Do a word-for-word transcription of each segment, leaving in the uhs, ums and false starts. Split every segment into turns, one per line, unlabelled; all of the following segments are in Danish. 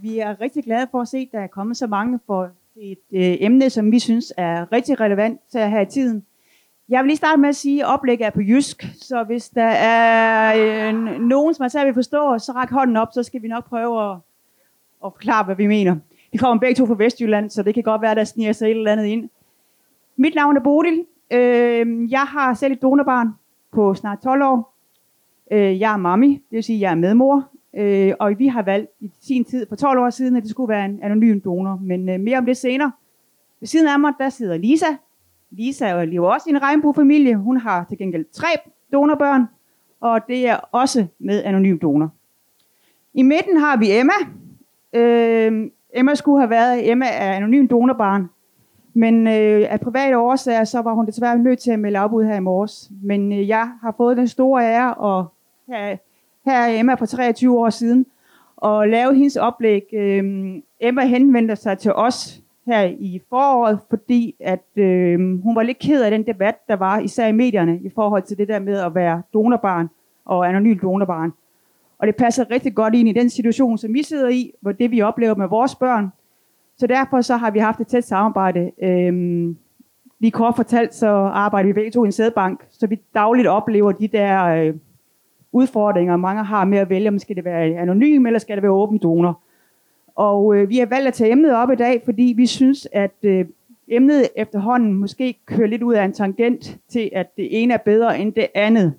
vi er rigtig glade for at se, at der er kommet så mange for et øh, emne, som vi synes er rigtig relevant til at have i tiden. Jeg vil lige starte med at sige, at oplægget er på jysk, så hvis der er øh, nogen, som er særlig vil forstå, så ræk hånden op, så skal vi nok prøve at, at forklare, hvad vi mener. Vi kommer begge to fra Vestjylland, så det kan godt være, der sniger sig et eller andet ind. Mit navn er Bodil. Øh, jeg har selv et donorbarn på snart tolv år. Øh, jeg er mami, det vil sige, at jeg er medmor. Øh, og vi har valgt i sin tid, for tolv år siden, at det skulle være en anonym donor. Men øh, mere om det senere. Ved siden af mig, der sidder Lisa. Lisa lever også i en regnbuefamilie. Hun har til gengæld tre donorbørn, og det er også med anonym donor. I midten har vi Emma. Øh, Emma skulle have været, Emma er anonym donorbarn. Men øh, af private årsager, så var hun desværre nødt til at melde afbud her i morges. Men øh, jeg har fået den store ære, og her, her er Emma for treogtyve år siden, og lave hendes oplæg. Øh, Emma henvendte sig til os her i foråret, fordi at, øh, hun var lidt ked af den debat, der var, især i medierne, i forhold til det der med at være donorbarn og anonym donorbarn. Og det passer rigtig godt ind i den situation, som vi sidder i, hvor det vi oplever med vores børn. Så derfor så har vi haft et tæt samarbejde. Øhm, lige kort fortalt, så arbejder vi begge to i en sædbank, så vi dagligt oplever de der øh, udfordringer, mange har med at vælge, om skal det være anonym, eller skal det være åben donor. Og øh, vi har valgt at tage emnet op i dag, fordi vi synes, at øh, emnet efterhånden måske kører lidt ud af en tangent til, at det ene er bedre end det andet.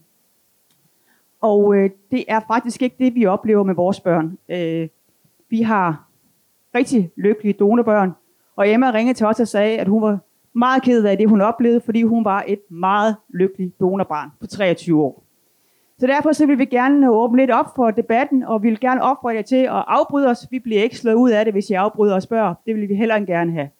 Og øh, det er faktisk ikke det, vi oplever med vores børn. Øh, vi har rigtig lykkelige donorbørn, og Emma ringede til os og sagde, at hun var meget ked af det, hun oplevede, fordi hun var et meget lykkeligt donorbarn på treogtyve år. Så derfor så vil vi gerne åbne lidt op for debatten, og vi vil gerne opfordre jer til at afbryde os. Vi bliver ikke slået ud af det, hvis I afbryder og spørger. Det vil vi heller ikke gerne have.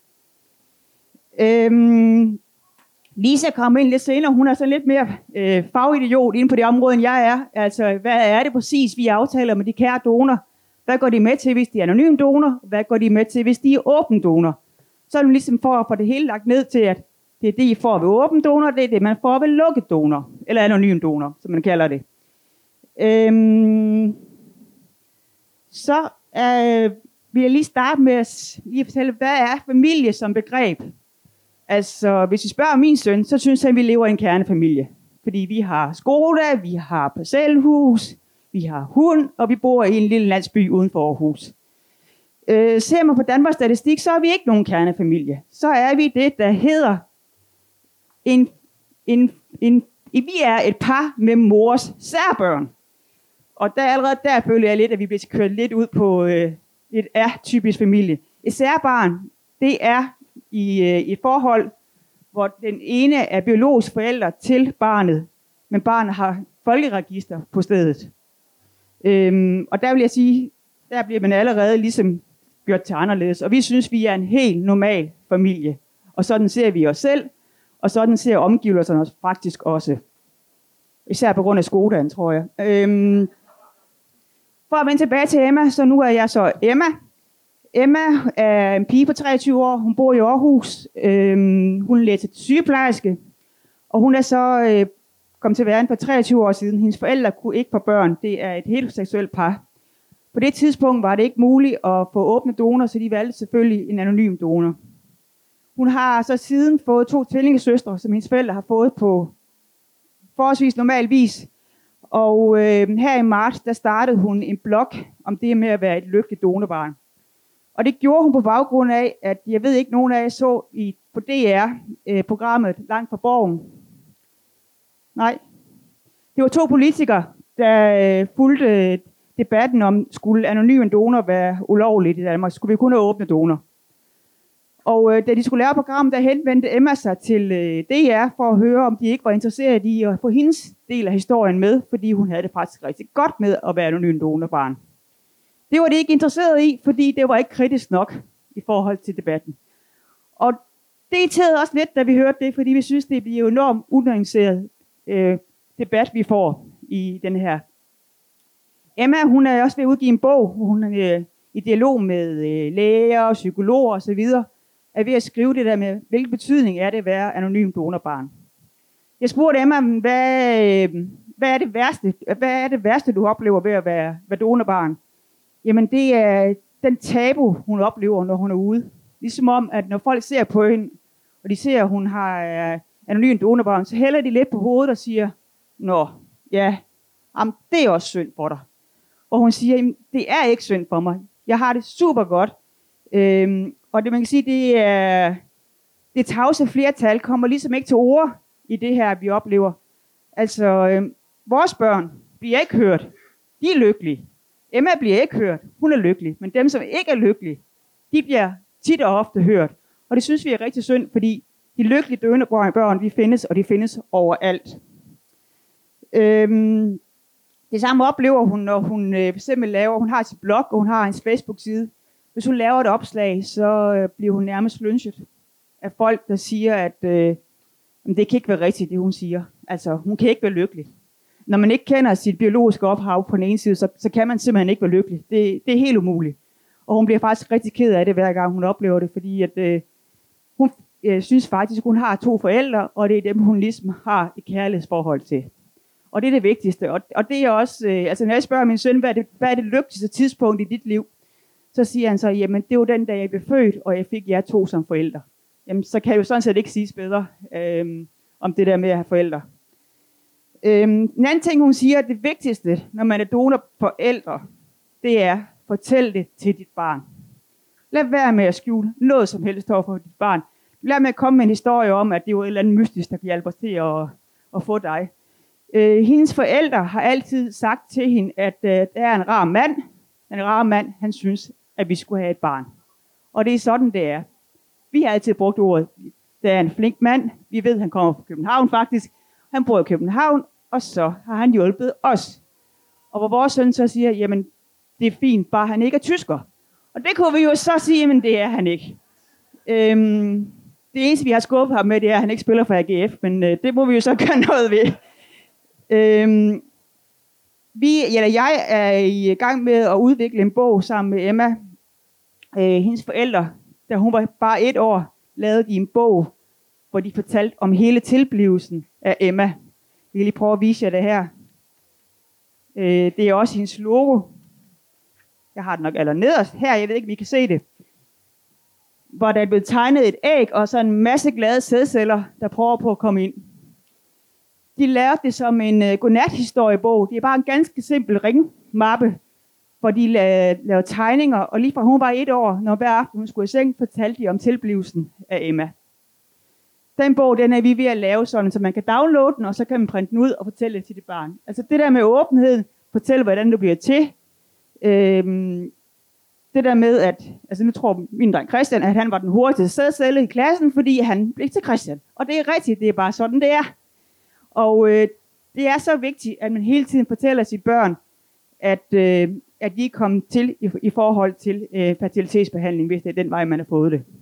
Øhm, Lisa kommer ind lidt senere. Hun er så lidt mere øh, fagidiot inde på det område, end jeg er. Altså, hvad er det præcis, vi aftaler med de kære donor? Hvad går de med til, hvis de er anonym donor? Hvad går de med til, hvis de er åben donor? Så er det ligesom for at få det hele lagt ned til, at det er det, I får ved åben donor, det er det, man får ved lukket donor, eller anonym donor, som man kalder det. Øhm, så øh, vil jeg lige starte med at lige fortælle, hvad er familie som begreb? Altså, hvis I spørger min søn, så synes han, at vi lever i en kernefamilie. Fordi vi har Skoda, vi har parcelhus, vi har hund, og vi bor i en lille landsby uden for Aarhus. Øh, ser man på Danmarks Statistik, så er vi ikke nogen kernefamilie. Så er vi det, der hedder en, en, en, vi er et par med mors særbørn. Og der allerede der føler jeg lidt, at vi bliver kørt lidt ud på øh, et R-typisk familie. Et særbarn, det er i øh, et forhold, hvor den ene er biologisk forælder til barnet, men barnet har folkeregister på stedet. Øhm, og der vil jeg sige, der bliver man allerede ligesom gjort til anderledes. Og vi synes, vi er en helt normal familie. Og sådan ser vi os selv, og sådan ser omgivelserne os faktisk også. Især på grund af Skodaen, tror jeg. Øhm, for at vende tilbage til Emma, så nu er jeg så Emma. Emma er en pige på treogtyve år, hun bor i Aarhus. Øhm, hun læser til sygeplejerske, og hun er så øh, kommet til verden for treogtyve år siden. Hendes forældre kunne ikke få børn, det er et heteroseksuelt par. På det tidspunkt var det ikke muligt at få åbne donor, så de valgte selvfølgelig en anonym donor. Hun har så siden fået to tvillingesøstre, som hendes forældre har fået på forholdsvis normal vis. Og øh, her i marts, der startede hun en blog om det med at være et lykkeligt donorbarn. Og det gjorde hun på baggrund af, at jeg ved ikke, nogen af jer så i, på D R-programmet øh, Langt fra Borgen. Nej. Det var to politikere, der øh, fulgte øh, debatten om, skulle anonym donor være ulovligt i Danmark? Skulle vi kun have åbne donor? Og øh, da de skulle lave programmet, der henvendte Emma sig til øh, D R for at høre, om de ikke var interesseret i at få hendes del af historien med, fordi hun havde det faktisk rigtig godt med at være anonym donorbarn. Det var de ikke interesseret i, fordi det var ikke kritisk nok i forhold til debatten. Og det irriterede også lidt, da vi hørte det, fordi vi synes, det bliver enormt unuanceret øh, debat, vi får i den her. Emma, hun er også ved at udgive en bog, hun er øh, i dialog med øh, læger, psykologer osv., er ved at skrive det der med, hvilken betydning er det at være anonym donorbarn. Jeg spurgte Emma, hvad, øh, hvad, er det værste, hvad er det værste, du oplever ved at være, være donorbarn? Jamen det er den tabu, hun oplever, når hun er ude. Ligesom om, at når folk ser på hende, og de ser, at hun har øh, anonym donorbarn, så hælder de lidt på hovedet og siger, nå, ja, jamen, det er også synd for dig. Og hun siger, det er ikke synd for mig. Jeg har det super godt. Øhm, og det man kan sige, det er det tavse flertal kommer ligesom ikke til ord i det her, vi oplever. Altså, øhm, vores børn bliver ikke hørt. De er lykkelige. Emma bliver ikke hørt. Hun er lykkelig. Men dem, som ikke er lykkelige, de bliver tit og ofte hørt. Og det synes vi er rigtig synd, fordi de lykkelige døende børn, de findes, og de findes overalt. Øhm, det samme oplever hun, når hun øh, for eksempel laver, hun har sit blog, og hun har en Facebook-side. Hvis hun laver et opslag, så øh, bliver hun nærmest lynchet af folk, der siger, at øh, det kan ikke være rigtigt, det hun siger. Altså, hun kan ikke være lykkelig. Når man ikke kender sit biologiske ophav på den ene side, så, så kan man simpelthen ikke være lykkelig. Det, det er helt umuligt. Og hun bliver faktisk rigtig ked af det, hver gang hun oplever det, fordi at, øh, hun øh, synes faktisk, at hun har to forældre, og det er dem, hun ligesom har et kærlighedsforhold til. Og det er det vigtigste. Og, og det er også, øh, altså når jeg spørger min søn, hvad er, det, hvad er det lykkeligste tidspunkt i dit liv? Så siger han så, jamen det var den dag, jeg blev født, og jeg fik jer to som forældre. Jamen så kan det jo sådan set ikke siges bedre øh, om det der med at have forældre. Øhm, en anden ting, hun siger, at det vigtigste, når man er donorforældre, det er, fortæl det til dit barn. Lad være med at skjule noget som helst over for dit barn. Lad med at komme med en historie om, at det var et eller andet mystisk, der kan hjælpe os til at, at få dig. Øh, hendes forældre har altid sagt til hende, at øh, der er en rar mand. En rar mand, han synes, at vi skulle have et barn. Og det er sådan, det er. Vi har altid brugt ordet, der er en flink mand. Vi ved, at han kommer fra København faktisk. Han bor i København, og så har han hjulpet os. Og hvor vores søn så siger, jamen det er fint, bare han ikke er tysker. Og det kunne vi jo så sige, men det er han ikke. Øhm, det eneste, vi har skubbet ham med, det er, at han ikke spiller for A G F, men øh, det må vi jo så gøre noget ved. Øhm, vi, eller jeg er i gang med at udvikle en bog sammen med Emma. Øh, hendes forældre, da hun var bare et år, lavede de en bog, hvor de fortalte om hele tilblivelsen af Emma. Jeg vil lige prøve at vise jer det her. Øh, det er også hendes logo. Jeg har det nok allernederst her, jeg ved ikke, om I kan se det. Hvor der er blevet tegnet et æg, og så en masse glade sædceller, der prøver på at komme ind. De lavede det som en uh, godnat-historiebog. Det er bare en ganske simpel ringmappe, hvor de la- lavede tegninger, og lige fra hun var et år, når hver aften hun skulle i seng, fortalte de om tilblivelsen af Emma. Den bog, den er vi ved at lave sådan, så man kan downloade den, og så kan man printe den ud og fortælle det til dit barn. Altså det der med åbenhed, fortælle hvordan du bliver til. Øhm, det der med, at, altså nu tror min dreng Christian, at han var den hurtigste sædcelle i klassen, fordi han blev til Christian. Og det er rigtigt, det er bare sådan, det er. Og øh, det er så vigtigt, at man hele tiden fortæller sine børn, at, øh, at de er kommet til i, i forhold til øh, fertilitetsbehandling, hvis det er den vej, man har fået det.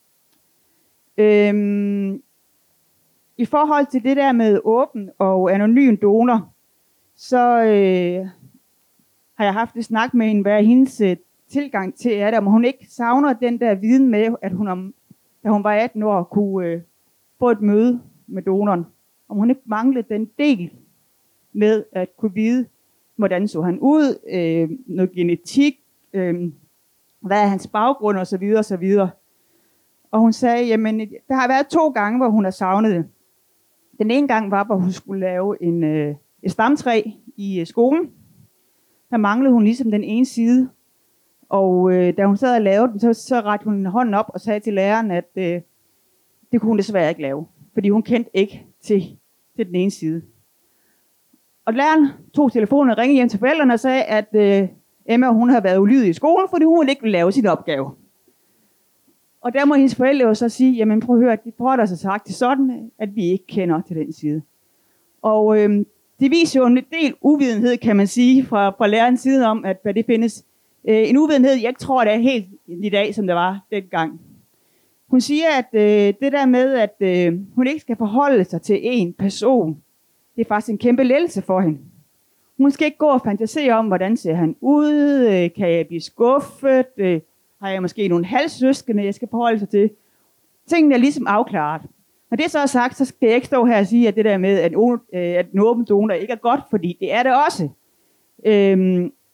Øhm, I forhold til det der med åben og anonym donor, så øh, har jeg haft et snak med hende, hvad hendes øh, tilgang til er det, om hun ikke savner den der viden med, at hun, om, da hun var atten år, kunne øh, få et møde med donoren. Om hun ikke manglede den del med at kunne vide, hvordan så han ud, øh, noget genetik, øh, hvad er hans baggrund osv. osv. Og hun sagde, jamen der har været to gange, hvor hun har savnet det. Den ene gang var, hvor hun skulle lave en, øh, et stamtræ i øh, skolen. Der manglede hun ligesom den ene side. Og øh, da hun sad og lavede den, så, så rakte hun hånden op og sagde til læreren, at øh, det kunne hun desværre ikke lave. Fordi hun kendte ikke til, til den ene side. Og læreren tog telefonen og ringede hjem til forældrene og sagde, at øh, Emma hun havde været ulydig i skolen, fordi hun ikke ville lave sin opgave. Og der må hendes forældre jo så sige, jamen prøv at høre, at de prøver der så sagt til sådan, at vi ikke kender til den side. Og øh, det viser jo en del uvidenhed, kan man sige, fra, fra lærerens side om, at hvad det findes. Øh, en uvidenhed, jeg ikke tror, det er helt i dag, som det var dengang. Hun siger, at øh, det der med, at øh, hun ikke skal forholde sig til en person, det er faktisk en kæmpe lettelse for hende. Hun skal ikke gå og fantasere om, hvordan ser han ud, øh, kan jeg blive skuffet, øh, har jeg måske nogle halvsøskende, jeg skal forholde sig til. Tingene er ligesom afklaret. Når det så er sagt, så skal jeg ikke stå her og sige, at det der med, at, øh, at en åben donor ikke er godt, fordi det er det også. Øhm,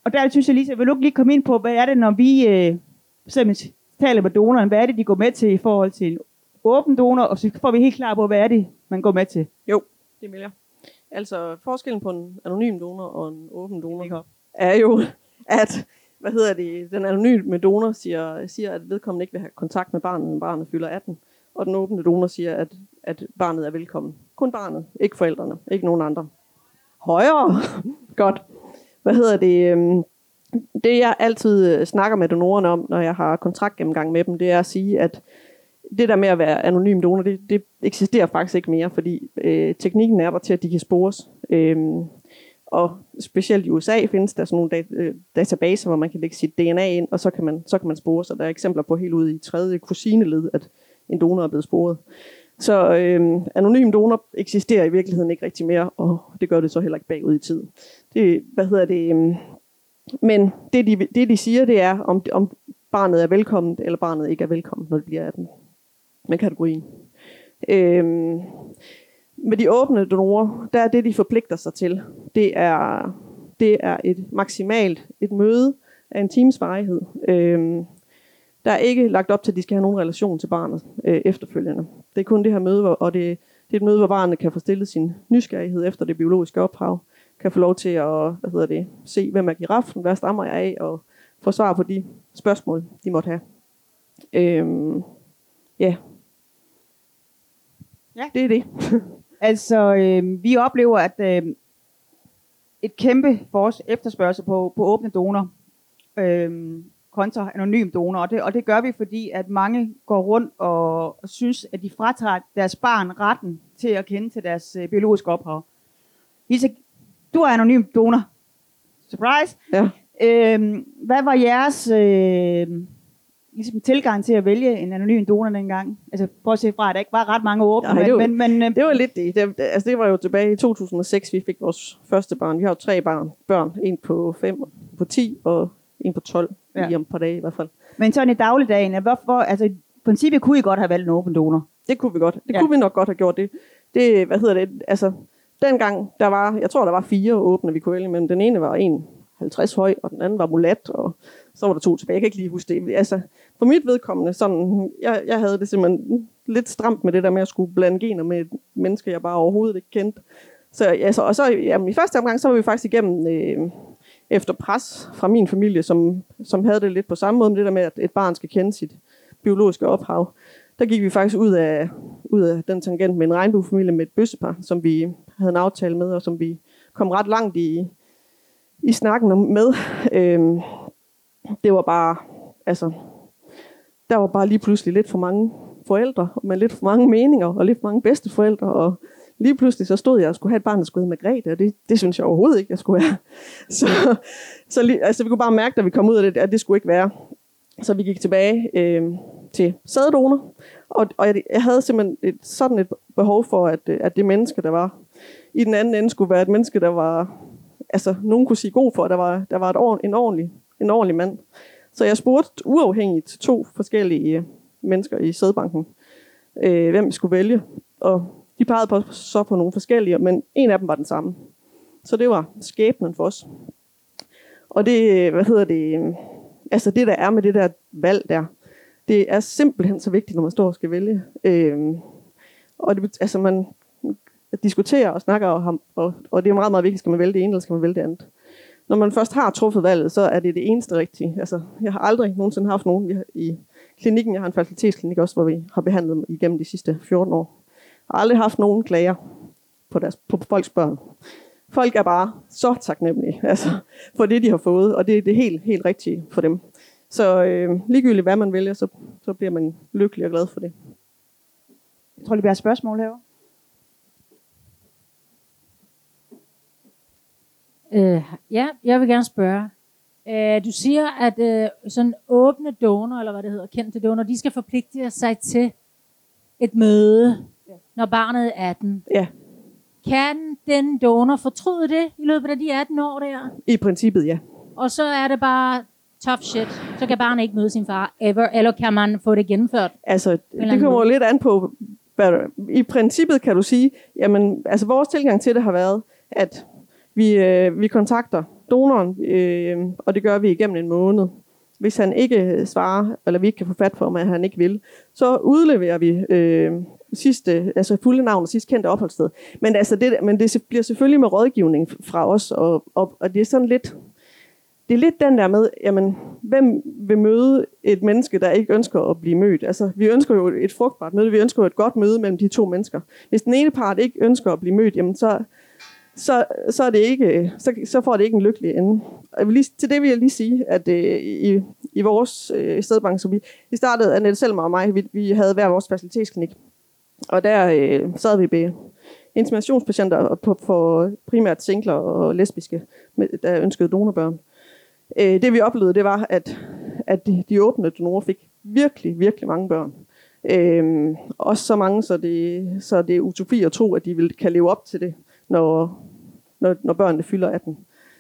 og der synes jeg lige, at vil du ikke lige komme ind på, hvad er det, når vi øh, simpelthen taler med donoren, hvad er det, de går med til i forhold til en åben donor, og så får vi helt klar på, hvad er det, man går med til.
Jo, det vil jeg. Altså, forskellen på en anonym donor og en åben donor er jo, at hvad hedder det, den anonyme donor siger, siger, at vedkommende ikke vil have kontakt med barnet, når barnet fylder atten, og den åbne donor siger, at, at barnet er velkommen. Kun barnet, ikke forældrene, ikke nogen andre. Højere. Godt. Hvad hedder det? Det jeg altid snakker med donorerne om, når jeg har kontraktgennemgang med dem, det er at sige, at det der med at være anonym donor, det, det eksisterer faktisk ikke mere, fordi øh, teknikken er der til, at de kan spores. Øhm, og specielt i U S A findes der sådan nogle dat- øh, databaser, hvor man kan lægge sit D N A ind, og så kan man, så kan man spore sig. Der er eksempler på helt ude i tredje kusineled, at en donor er blevet sporet. Så øh, anonym donor eksisterer i virkeligheden ikke rigtig mere, og det gør det så heller ikke bagud i tid. Det, hvad hedder det? Øh, men det de, det de siger, det er, om, om barnet er velkommen, eller barnet ikke er velkommen, når det bliver atten. Med kategorien. Øhm, med de åbne donorer, der er det, de forpligter sig til. Det er, det er et maksimalt et møde af en times varighed. Øhm, der er ikke lagt op til, at de skal have nogen relation til barnet øh, efterfølgende. Det er kun det her møde, hvor, og det, det er et møde, hvor barnet kan få stillet sin nysgerrighed efter det biologiske ophav, kan få lov til at hvad hedder det, se, hvem er giraffen, hvad stammer jeg af, og få svar på de spørgsmål, de måtte have. Øhm, ja.
Ja.
Det er det.
Altså, øh, vi oplever, at øh, et kæmpe vores efterspørgsel på, på åbne donor øh, kontra anonym donor, og det, og det gør vi, fordi at mange går rundt og, og synes, at de fratager deres barn retten til at kende til deres øh, biologiske ophav. Lisa, du er anonym donor. Surprise!
Ja.
Øh, hvad var jeres øh, ligesom tilgang til at vælge en anonym donor dengang? Altså, prøv at se fra, at der ikke var ret mange åbne.
Nej, det, var,
men, men, øh,
det var lidt det. det. Altså, det var jo tilbage i to tusind og seks, vi fik vores første barn. Vi har jo tre barn. børn. En på fem, på ti og en på tolv. Ja. Lige om et par dage i hvert fald. Men
sådan i dagligdagen, hvorfor, altså i princippet kunne I godt have valgt en åben donor?
Det kunne vi godt. Det
ja.
kunne vi nok godt have gjort det. Det, hvad hedder det, altså dengang, der var, jeg tror der var fire åbne, vi kunne vælge mellem. Den ene var en halvtreds høj, og den anden var mulat, og så var der to tilbage. Jeg kan ikke lige huske det. Altså, for mit vedkommende, sådan, jeg, jeg havde det simpelthen lidt stramt med det der med at skulle blande gener med et menneske, jeg bare overhovedet ikke kendte. Så, altså, og så jamen, i første omgang, så var vi faktisk igennem øh, efter pres fra min familie, som, som havde det lidt på samme måde med det der med, at et barn skal kende sit biologiske ophav. Der gik vi faktisk ud af, ud af den tangent med en regnbuefamilie med et bøssepar, som vi havde en aftale med, og som vi kom ret langt i, i snakken med. Øhm, det var bare, altså, der var bare lige pludselig lidt for mange forældre, med lidt for mange meninger, og lidt for mange bedsteforældre, og lige pludselig så stod jeg og skulle have et barn, der skulle hedde Margrethe, og det, det synes jeg overhovedet ikke, jeg skulle have. Så, så lige, altså, vi kunne bare mærke, da vi kom ud af det, at det skulle ikke være. Så vi gik tilbage øh, til sæddonor, og, og jeg, jeg havde simpelthen et, sådan et behov for, at, at det menneske, der var i den anden ende, skulle være et menneske, der var, altså nogen kunne sige god for, at der var, der var et or, en, ordentlig, en ordentlig mand. Så jeg spurgte uafhængigt to forskellige øh, mennesker i sædbanken, øh, hvem vi skulle vælge, og de pegede på, så på nogle forskellige, men en af dem var den samme. Så det var skæbnen for os. Og det, hvad hedder det, altså det der er med det der valg der, det er simpelthen så vigtigt, når man står og skal vælge. Øhm, og det, altså man diskuterer og snakker om, og, og det er meget, meget vigtigt, skal man vælge det ene, eller skal man vælge det andet. Når man først har truffet valget, så er det det eneste rigtige. Altså, jeg har aldrig nogensinde haft nogen vi har, i klinikken, jeg har en fertilitetsklinik også, hvor vi har behandlet dem igennem de sidste fjorten år. Jeg har aldrig haft nogen klager på, deres, på folks børn. Folk er bare så taknemmelige altså, for det, de har fået, og det er det helt, helt rigtige for dem. Så øh, ligegyldigt hvad man vælger, så, så bliver man lykkelig og glad for det.
Jeg tror, det bliver et spørgsmål herovre.
Øh, ja, jeg vil gerne spørge. Øh, du siger, at øh, sådan åbne donor, eller hvad det hedder, kendte donor, de skal forpligte sig til et møde, ja. Når barnet er atten.
Ja.
Kan den donor fortryde det i løbet af de atten år der?
I princippet, ja.
Og så er det bare tough shit. Så kan barnet ikke møde sin far ever, eller kan man få det gennemført?
Altså, det kommer lidt an på, hvad, i princippet kan du sige, jamen, altså vores tilgang til det har været, at vi, øh, vi kontakter donoren, øh, og det gør vi igennem en måned. Hvis han ikke svarer, eller vi ikke kan få fat på ham, at han ikke vil, så udleverer vi øh, sidste, altså fulde navn og sidst kendte opholdssted. Men, altså det, men det bliver selvfølgelig med rådgivning fra os, og, og, og det er sådan lidt, det er lidt den der med, jamen, hvem vil møde et menneske, der ikke ønsker at blive mødt? Altså, vi ønsker jo et frugtbart møde, vi ønsker jo et godt møde mellem de to mennesker. Hvis den ene part ikke ønsker at blive mødt, jamen så, så, så, er det ikke, så, så får det ikke en lykkelig ende. Og lige, til det vil jeg lige sige, at øh, i, i vores øh, stedbank, så vi, vi startede, Annette Selmer og mig, vi, vi havde hver vores facilitetsklinik. Og der øh, sad vi med inseminationspatienter på, for primært singler og lesbiske, der ønskede donorbørn. Øh, det vi oplevede, det var, at, at de, de åbne donorer fik virkelig, virkelig mange børn. Øh, også så mange, så det, så det er utopi at tro, at de vil, kan leve op til det, når, når, når børnene fylder atten.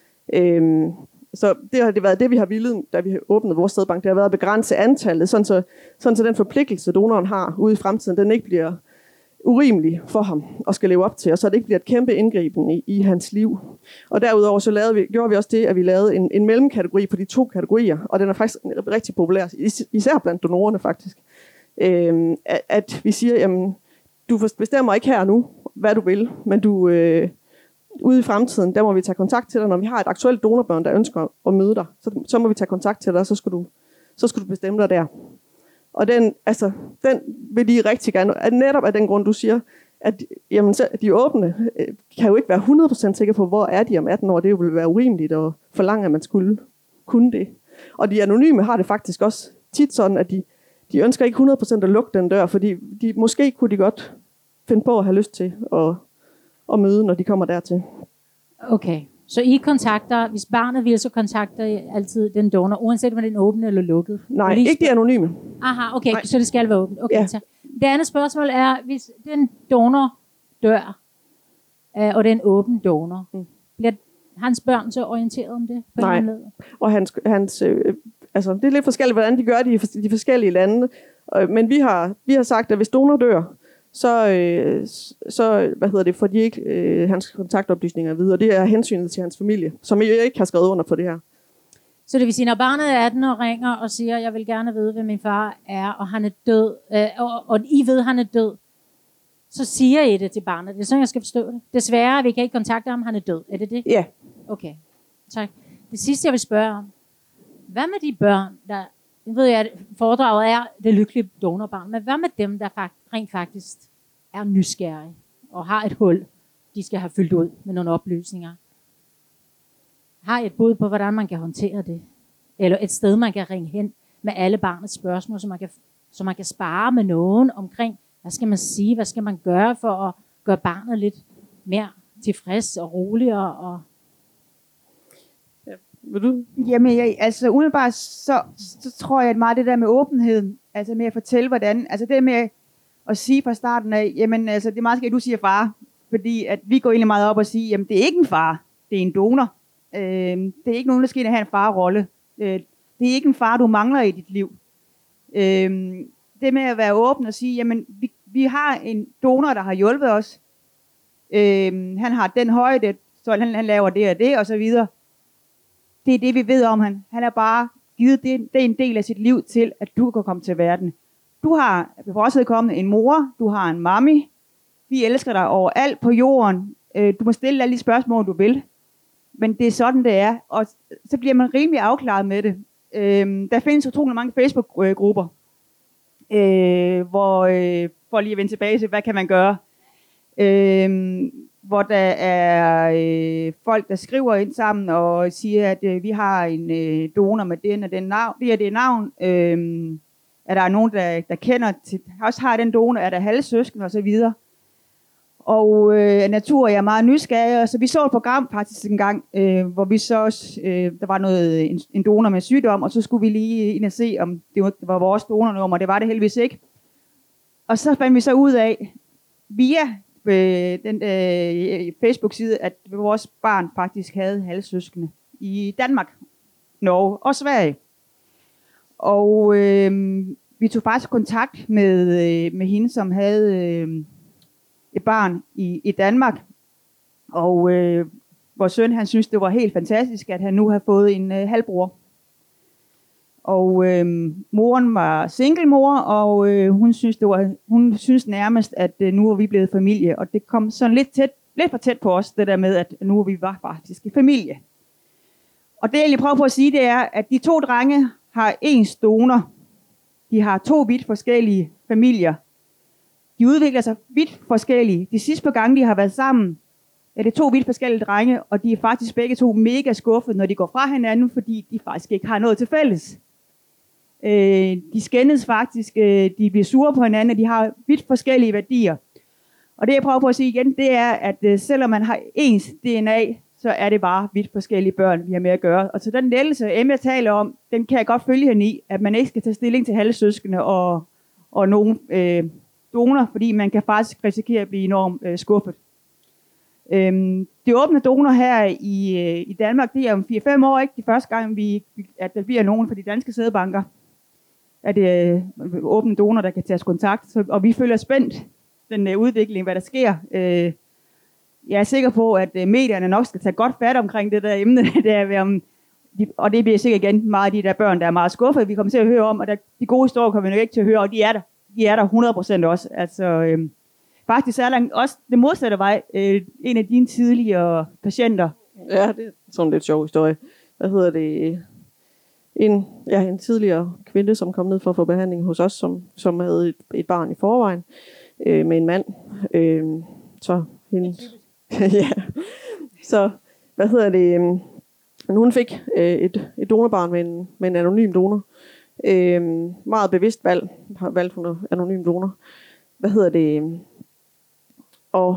Øh, så det har det været det, vi har villet, da vi åbnede vores stedbank. Det har været at begrænse antallet, sådan så, sådan så den forpligtelse, donoren har ude i fremtiden, den ikke bliver urimelig for ham at skal leve op til, og så det ikke bliver et kæmpe indgriben i, i hans liv. Og derudover så lavede vi, gjorde vi også det, at vi lavede en, en mellemkategori på de to kategorier, og den er faktisk rigtig populær, især blandt donorerne faktisk. Øh, at, at vi siger, jamen, du bestemmer ikke her nu, hvad du vil, men du øh, ude i fremtiden, der må vi tage kontakt til dig, når vi har et aktuelt donorbørn, der ønsker at møde dig, så, så må vi tage kontakt til dig, så skal du, så skal du bestemme dig der. Og den, altså, den vil de rigtig gerne, at netop af den grund, du siger, at jamen, så, de åbne øh, kan jo ikke være hundrede procent sikre på, hvor er de om atten år. Det ville være urimeligt at forlange, at man skulle kunne det. Og de anonyme har det faktisk også tit sådan, at de, de ønsker ikke hundrede procent at lukke den dør, fordi de, måske kunne de godt finde på at have lyst til at, at møde, når de kommer dertil.
Okay, så I kontakter, hvis barnet vil, så kontakter I altid den donor, uanset om den er åben eller lukket?
Nej, ikke de anonyme.
Aha, okay,
Nej.
Så det skal være åbent. Okay,
Ja.
så. Det andet spørgsmål er, hvis den donor dør, øh, og det er en åben donor, mm. bliver hans børn så orienteret om det? På
Nej,
en eller anden
og hans, hans øh, altså, det er lidt forskelligt, hvordan de gør det i de forskellige lande. Øh, men vi har, vi har sagt, at hvis donor dør, så, øh, så hvad hedder det, får de ikke øh, hans kontaktoplysninger videre. Det er hensynet til hans familie, som jeg ikke har skrevet under på det her.
Så det vil sige, når barnet er atten og ringer og siger, jeg vil gerne vide, hvem min far er, og han er død, øh, og, og I ved, han er død, så siger I det til barnet. Det er sådan, jeg skal forstå det. Desværre, vi kan ikke kontakte ham, han er død. Er det det?
Ja.
Okay, tak. Det sidste, jeg vil spørge om. Hvad med de børn, der, jeg ved jeg, at foredraget er det lykkelige donorbarn, men hvad med dem, der fakt, rent faktisk er nysgerrige og har et hul, de skal have fyldt ud med nogle oplysninger? Har I et bud på, hvordan man kan håndtere det? Eller et sted, man kan ringe hen med alle barnets spørgsmål, så man kan, så man kan spare med nogen omkring, hvad skal man sige, hvad skal man gøre for at gøre barnet lidt mere tilfreds og roligere? Og
Ja. Vil du?
Jamen, jeg, altså umiddelbart, så, så tror jeg at meget det der med åbenheden, altså med at fortælle, hvordan, altså det med at sige fra starten af, jamen, altså det er meget skægt, du siger far, fordi at vi går egentlig meget op og siger, jamen det er ikke en far, det er en donor. Øh, det er ikke nogen, der skal have en farrolle. Øh, det er ikke en far, du mangler i dit liv. Øh, det med at være åben og sige, jamen vi, vi har en donor, der har hjulpet os. Øh, han har den højde, så han, han laver det og det, og så videre. Det er det, vi ved om han. Han har bare givet det, det en del af sit liv til, at du kan komme til verden. Du har for os vedkommende en mor, du har en mami. Vi elsker dig overalt på jorden. Øh, du må stille alle de spørgsmål, du vil. Men det er sådan, det er. Og så bliver man rimelig afklaret med det. Øh, der findes utrolig mange Facebook-grupper, øh, hvor, øh, for lige at vende tilbage til, hvad kan man gøre? Øh, hvor der er øh, folk, der skriver ind sammen og siger, at øh, vi har en øh, donor med den og den navn. Det er det navn. Øh, er der nogen, der, der kender til, også har den donor, er der halvsøsken og så videre. Og øh, natur jeg er meget nysgerrig, så vi så et program faktisk en gang, øh, hvor vi så også, øh, der var noget, en, en donor med sygdom, og så skulle vi lige ind og se, om det var, det var vores donornummer, det var det heldigvis ikke. Og så fandt vi så ud af, via øh, den øh, Facebook-side, at vores barn faktisk havde halvsøskende i Danmark, Norge og Sverige. Og øh, vi tog faktisk kontakt med, øh, med hende, som havde øh, et barn i, i Danmark. Og øh, vores søn, han synes, det var helt fantastisk, at han nu har fået en øh, halvbror. Og øh, moren var single-mor, og øh, hun, synes, det var, hun synes nærmest, at øh, nu er vi blevet familie. Og det kom sådan lidt, tæt, lidt for tæt på os, det der med, at nu er vi var faktisk en familie. Og det, jeg lige prøver på at sige, det er, at de to drenge har ens donor. De har to vidt forskellige familier. De udvikler sig vidt forskellige. De sidste par gange, de har været sammen, er det to vidt forskellige drenge, og de er faktisk begge to mega skuffede, når de går fra hinanden, fordi de faktisk ikke har noget til fælles. Øh, de skændes faktisk, øh, de bliver sure på hinanden, og de har vidt forskellige værdier. Og det, jeg prøver på at sige igen, det er, at øh, selvom man har ens D N A, så er det bare vidt forskellige børn, vi har med at gøre. Og så den lettelse, Emma taler om, den kan jeg godt følge hende i, at man ikke skal tage stilling til halvsøskende og, og nogen øh, donor, fordi man kan faktisk risikere at blive enormt øh, skuffet. Øhm, det åbne donor her i, øh, i Danmark, det er om fire fem år, ikke? De første gang, vi, at der bliver nogen fra de danske sædebanker, at det øh, åbne donor, der kan tage kontakt. Så, og vi følger spændt den øh, udvikling, hvad der sker. Øh, jeg er sikker på, at øh, medierne nok skal tage godt fat omkring det der emne, der er, om, de, og det bliver sikkert igen meget af de der børn, der er meget skuffede, vi kommer til at høre om, og der, de gode historier kommer vi nok ikke til at høre, og de er der. De er der hundrede procent også. Altså, øh, faktisk er der også det modsatte vej. Øh, en af dine tidligere patienter.
Ja, det er sådan en lidt sjov historie. Hvad hedder det? En, ja, en tidligere kvinde, som kom ned for at få behandling hos os, som, som havde et, et barn i forvejen øh, med en mand. Øh, så hendes, ja. Så hvad hedder det? Øh, hun fik øh, et, et donorbarn med en, med en anonym donor. Øh, meget bevidst valg har valgt hun anonym donor. Hvad hedder det? Og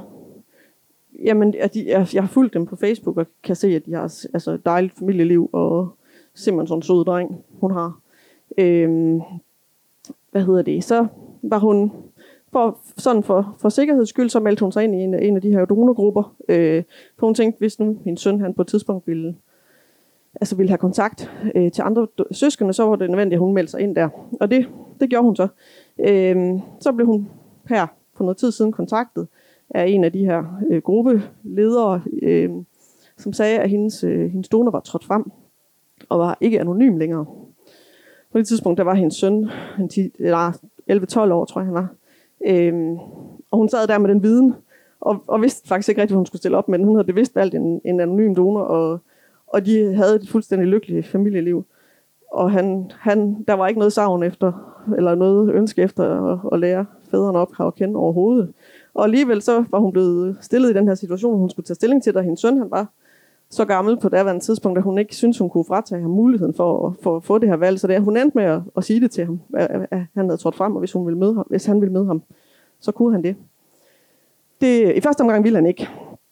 jamen, jeg, jeg, jeg har fulgt dem på Facebook og kan se, at de har altså et dejligt familieliv og simpelthen sådan en sød dreng, hun har. Øhm, hvad hedder det? Så var hun, for, sådan for, for sikkerheds skyld, så meldte hun sig ind i en, en af de her donorgrupper. Øh, for hun tænkte, hvis nu min søn, han på et tidspunkt ville, altså ville have kontakt øh, til andre søskende, så var det nødvendigt, at hun meldte sig ind der. Og det, det gjorde hun så. Øh, så blev hun her for noget tid siden kontaktet af en af de her øh, gruppeledere, øh, som sagde, at hendes, øh, hendes donor var trådt frem og var ikke anonym længere. På det tidspunkt, der var hendes søn elleve tolv år, tror jeg han var. Øhm, og hun sad der med den viden, og, og vidste faktisk ikke rigtigt, hvad hun skulle stille op med den. Hun havde bevidst valgt en, en anonym donor, og, og de havde et fuldstændig lykkeligt familieliv. Og han, han, der var ikke noget savn efter, eller noget ønske efter at, at lære fædrene op at kende overhovedet. Og alligevel så var hun blevet stillet i den her situation, hun skulle tage stilling til, da hendes søn han var så gammel på daværende tidspunkt, at hun ikke syntes, hun kunne fratage ham muligheden for at, for at få det her valg. Så det, hun endte med at, at sige det til ham, at, at han havde trådt frem, og hvis, hun ville møde ham, hvis han ville møde ham, så kunne han det. det. I første omgang ville han ikke.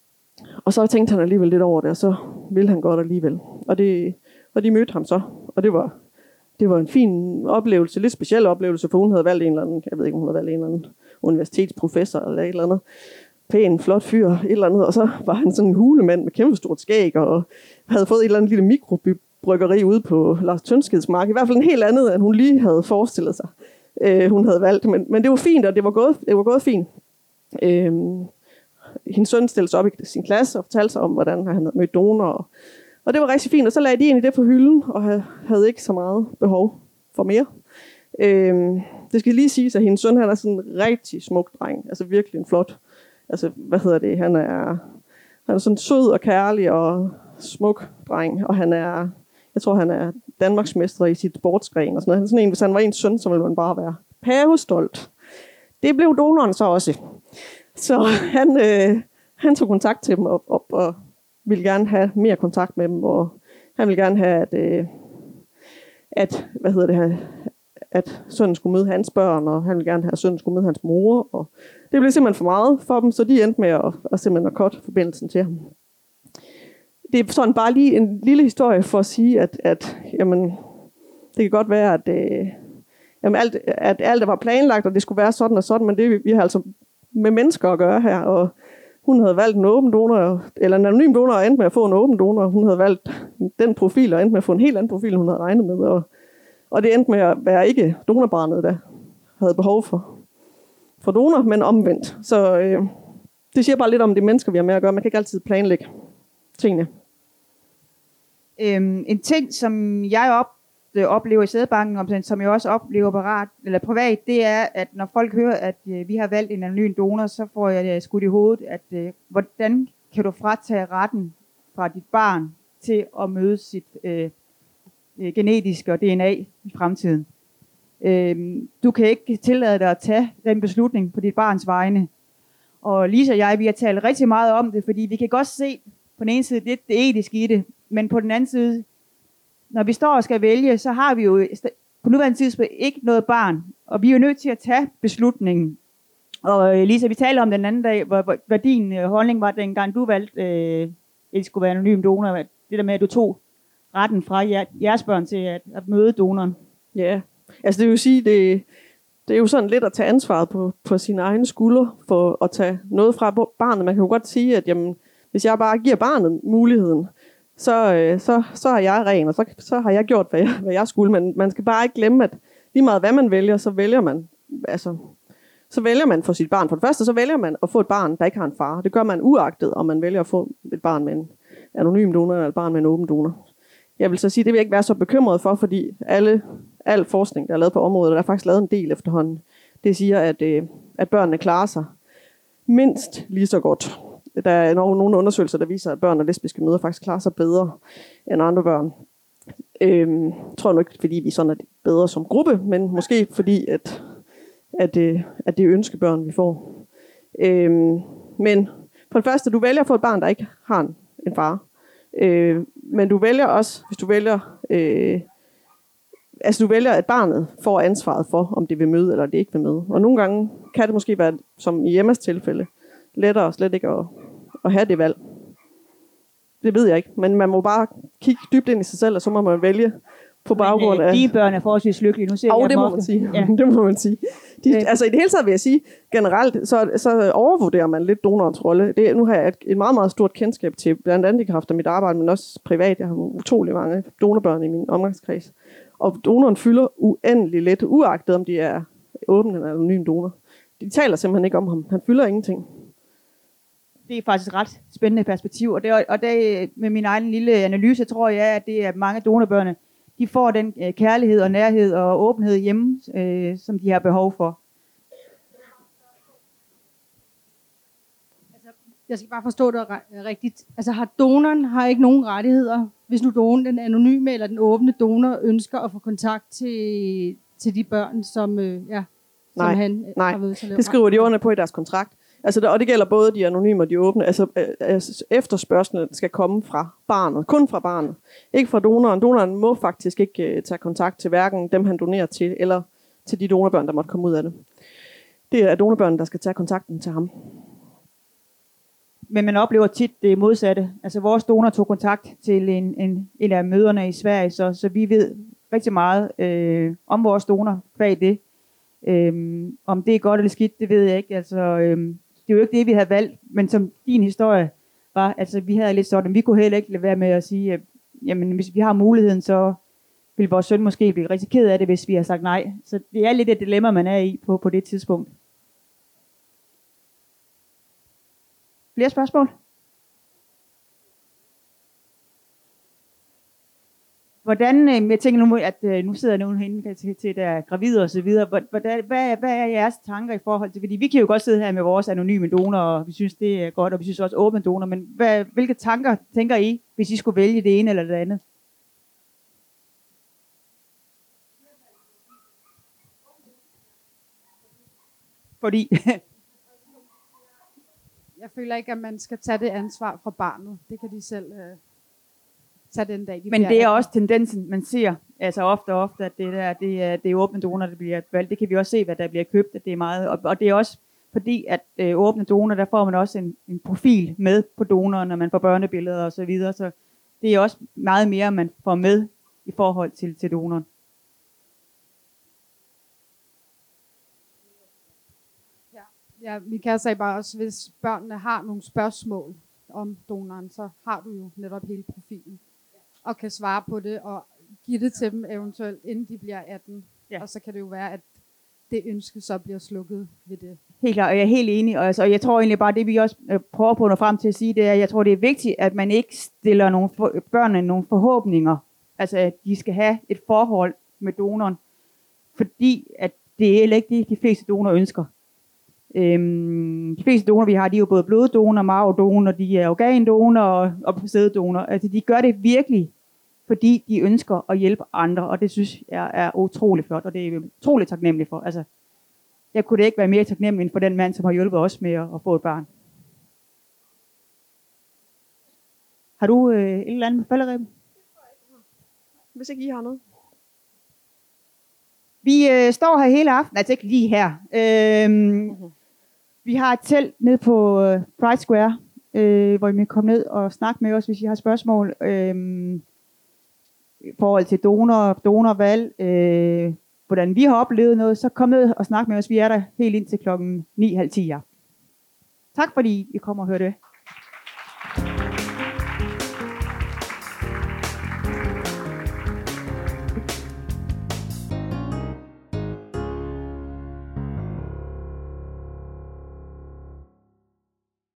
Og så tænkte han alligevel lidt over det, og så ville han godt alligevel. Og, det, og de mødte ham så, og det var, det var en fin oplevelse, lidt speciel oplevelse, for hun havde valgt en eller anden, jeg ved ikke, om hun havde valgt en eller anden universitetsprofessor eller et eller andet, pæn, flot fyr, et eller andet, og så var han sådan en hulemand med kæmpe stort skæg, og havde fået et eller andet lille mikrobryggeri ude på Lars Tønskeds mark. I hvert fald en helt andet, end hun lige havde forestillet sig, øh, hun havde valgt. Men, men det var fint, og det var gået, det var gået fint. Øh, hendes søn stillede sig op i sin klasse og fortalte sig om, hvordan han havde mødt donorer. Og det var rigtig fint, og så lagde de egentlig det på hylden, og havde ikke så meget behov for mere. Øh, det skal lige siges, at hendes søn han er sådan en rigtig smuk dreng, altså virkelig en flot. Altså, hvad hedder det? Han er, han er sådan sød og kærlig og smuk dreng, og han er, jeg tror, han er Danmarksmester i sit sportsgren og sådan noget. Han er sådan en, hvis han var ens søn, så ville man bare være pavestolt. Det blev donoren så også. Så han, øh, han tog kontakt til dem op, op og ville gerne have mere kontakt med dem, og han ville gerne have, at, øh, at hvad hedder det her, at sønnen skulle møde hans børn, og han ville gerne have, at sønnen skulle møde hans mor, og det blev simpelthen for meget for dem, så de endte med at, at simpelthen at cutte forbindelsen til ham. Det er sådan bare lige en lille historie for at sige, at, at jamen, det kan godt være, at, øh, jamen alt, at alt var planlagt, og det skulle være sådan og sådan, men det vi har altså med mennesker at gøre her, og hun havde valgt en åben donor, eller en anonym donor, og endte med at få en åben donor, hun havde valgt den profil, og endte med at få en helt anden profil, hun havde regnet med, og, og det endte med at være ikke donorbarnet, der havde behov for for donor, men omvendt. Så øh, det siger bare lidt om de mennesker, vi har med at gøre. Man kan ikke altid planlægge tingene.
Øhm, en ting, som jeg op, øh, oplever i sædbanken, som jeg også oplever privat, eller privat, det er, at når folk hører, at øh, vi har valgt en anonym donor, så får jeg øh, skudt i hovedet, at øh, hvordan kan du fratage retten fra dit barn til at møde sit øh, øh, genetiske og D N A i fremtiden. Øh, du kan ikke tillade dig at tage den beslutning på dit barns vegne. Og Lisa og jeg, vi har talt rigtig meget om det, fordi vi kan godt se på den ene side lidt det etiske i det, men på den anden side, når vi står og skal vælge, så har vi jo på nuværende tidspunkt ikke noget barn, og vi er jo nødt til at tage beslutningen. Og Lisa, vi talte om den anden dag, hvor, hvad din holdning var, dengang du valgte, øh, at det skulle være anonym donor, det der med, at du tog retten fra jer, jeres børn til at, at møde donoren.
Ja, altså det vil sige, det, det er jo sådan lidt at tage ansvaret på, på sine egne skuldre, for at tage noget fra barnet. Man kan jo godt sige, at jamen, hvis jeg bare giver barnet muligheden, så, øh, så, så er jeg ren, og så, så har jeg gjort, hvad jeg, hvad jeg skulle. Men man skal bare ikke glemme, at lige meget hvad man vælger, så vælger man, altså, så vælger man for sit barn. For det første, så vælger man at få et barn, der ikke har en far. Det gør man uagtet, om man vælger at få et barn med en anonym donor, eller et barn med en åben donor. Jeg vil så sige, det vil jeg ikke være så bekymret for, fordi alle, al forskning, der er lavet på området, der er faktisk lavet en del efterhånden, det siger, at, øh, at børnene klarer sig mindst lige så godt. Der er nogle undersøgelser, der viser, at børn af lesbiske mødre faktisk klarer sig bedre end andre børn. Øhm, jeg tror nok ikke, fordi vi sådan er bedre som gruppe, men måske fordi, at, at, det, at det er ønskebørn, vi får. Øhm, men for det første, du vælger at få et barn, der ikke har en, en far. Øh, men du vælger også, hvis du vælger, øh, altså du vælger, at barnet får ansvaret for, om det vil møde eller det ikke vil møde. Og nogle gange kan det måske være, som i Emmas tilfælde, lettere slet ikke at, at have det valg. Det ved jeg ikke, men man må bare kigge dybt ind i sig selv, og så må man vælge på baggrund af...
Men, øh, de børn er forholdsvis lykkelige. Nu ser
oh,
jeg
det må man sige.
Ja.
det må man sige. De, altså i det hele taget vil jeg sige, generelt, så, så overvurderer man lidt donorens rolle. Det, nu har jeg et, et meget, meget stort kendskab til, blandt andet i kraft af mit arbejde, men også privat. Jeg har utrolig mange donorbørn i min omgangskreds. Og donoren fylder uendelig lidt, uagtet om de er åbne eller anonym donor. De taler simpelthen ikke om ham. Han fylder ingenting.
Det er faktisk et ret spændende perspektiv, og det, og det med min egen lille analyse, tror jeg, at det er mange donorbørn, de får den øh, kærlighed og nærhed og åbenhed hjemme, øh, som de har behov for.
Altså, jeg skal bare forstå det rigtigt. Altså har donoren har ikke nogen rettigheder, hvis nu donoren, den anonyme eller den åbne donor, ønsker at få kontakt til, til de børn, som, øh, ja,
nej,
som han
nej.
har ved til at
det skriver de under på i deres kontrakt. Altså, der, og det gælder både de anonyme og de åbne. Altså, altså efterspørgselen skal komme fra barnet. Kun fra barnet. Ikke fra donoren. Donoren må faktisk ikke uh, tage kontakt til hverken dem, han donerer til, eller til de donorbørn, der måtte komme ud af det. Det er donorbørn, der skal tage kontakten til ham.
Men man oplever tit det modsatte. Altså, vores donor tog kontakt til en, en, en af møderne i Sverige, så, så vi ved rigtig meget øh, om vores donor bag det. Øhm, om det er godt eller skidt, det ved jeg ikke. Altså, øhm, det er jo ikke det, vi havde valgt, men som din historie var, altså vi havde lidt sådan, vi kunne heller ikke lade være med at sige, at jamen, hvis vi har muligheden, så vil vores søn måske blive rigtig ked af det, hvis vi har sagt nej. Så det er lidt et dilemma, man er i på, på det tidspunkt. Flere spørgsmål? Hvordan, jeg tænker nu, at nu sidder nogen herinde til, til der er gravide og så videre. Hvordan, hvad, hvad er jeres tanker i forhold til, fordi vi kan jo godt sidde her med vores anonyme donor, og vi synes, det er godt, og vi synes også åbne donor, men hvad, hvilke tanker tænker I, hvis I skulle vælge det ene eller det andet? Fordi...
Jeg føler ikke, at man skal tage det ansvar fra barnet. Det kan de selv... Øh Den dag, de
men det er også tendensen, man ser, altså ofte og ofte, at det der, det er, det er åbne donor, der bliver valgt. Det kan vi også se, hvad der bliver købt, at det er meget, og, og det er også fordi, at øh, åbne donor, der får man også en, en profil med på donoren, når man får børnebilleder og så videre, så det er også meget mere, man får med i forhold til, til donoren.
Ja, ja, Michael sagde bare også, hvis børnene har nogle spørgsmål om donoren, så har du jo netop hele profilen. Og kan svare på det, og give det til dem eventuelt, inden de bliver atten. Ja. Og så kan det jo være, at det ønske så bliver slukket ved det.
Helt klart, og jeg er helt enig. Og altså, jeg tror egentlig bare, det vi også prøver på at nå frem til at sige, det er, at jeg tror, det er vigtigt, at man ikke stiller nogle for, børnene nogle forhåbninger. Altså, at de skal have et forhold med donoren. Fordi at det er heller ikke det, de fleste donorer ønsker. Øhm, de fleste donorer, vi har, de er jo både bloddonorer, marvdonorer, de er organdonorer og, og sæddonorer. Altså, de gør det virkelig, fordi de ønsker at hjælpe andre, og det synes jeg er utrolig flot, og det er jeg utrolig taknemmelig for. Altså, jeg kunne da ikke være mere taknemmelig end for den mand, som har hjulpet os med at, at få et barn. Har du øh, et eller andet med falderibben?
Hvis ikke I har noget.
Vi øh, står her hele aftenen, altså ikke lige her. Øhm, uh-huh. Vi har et telt nede på øh, Pride Square, øh, hvor I kan komme ned og snakke med os, hvis I har spørgsmål. Øh, I forhold til donor, donorvalg, øh, hvordan vi har oplevet noget, så kom ned og snak med os. Vi er der helt indtil klokken ni halv ti. Tak fordi I kommer og hørte det.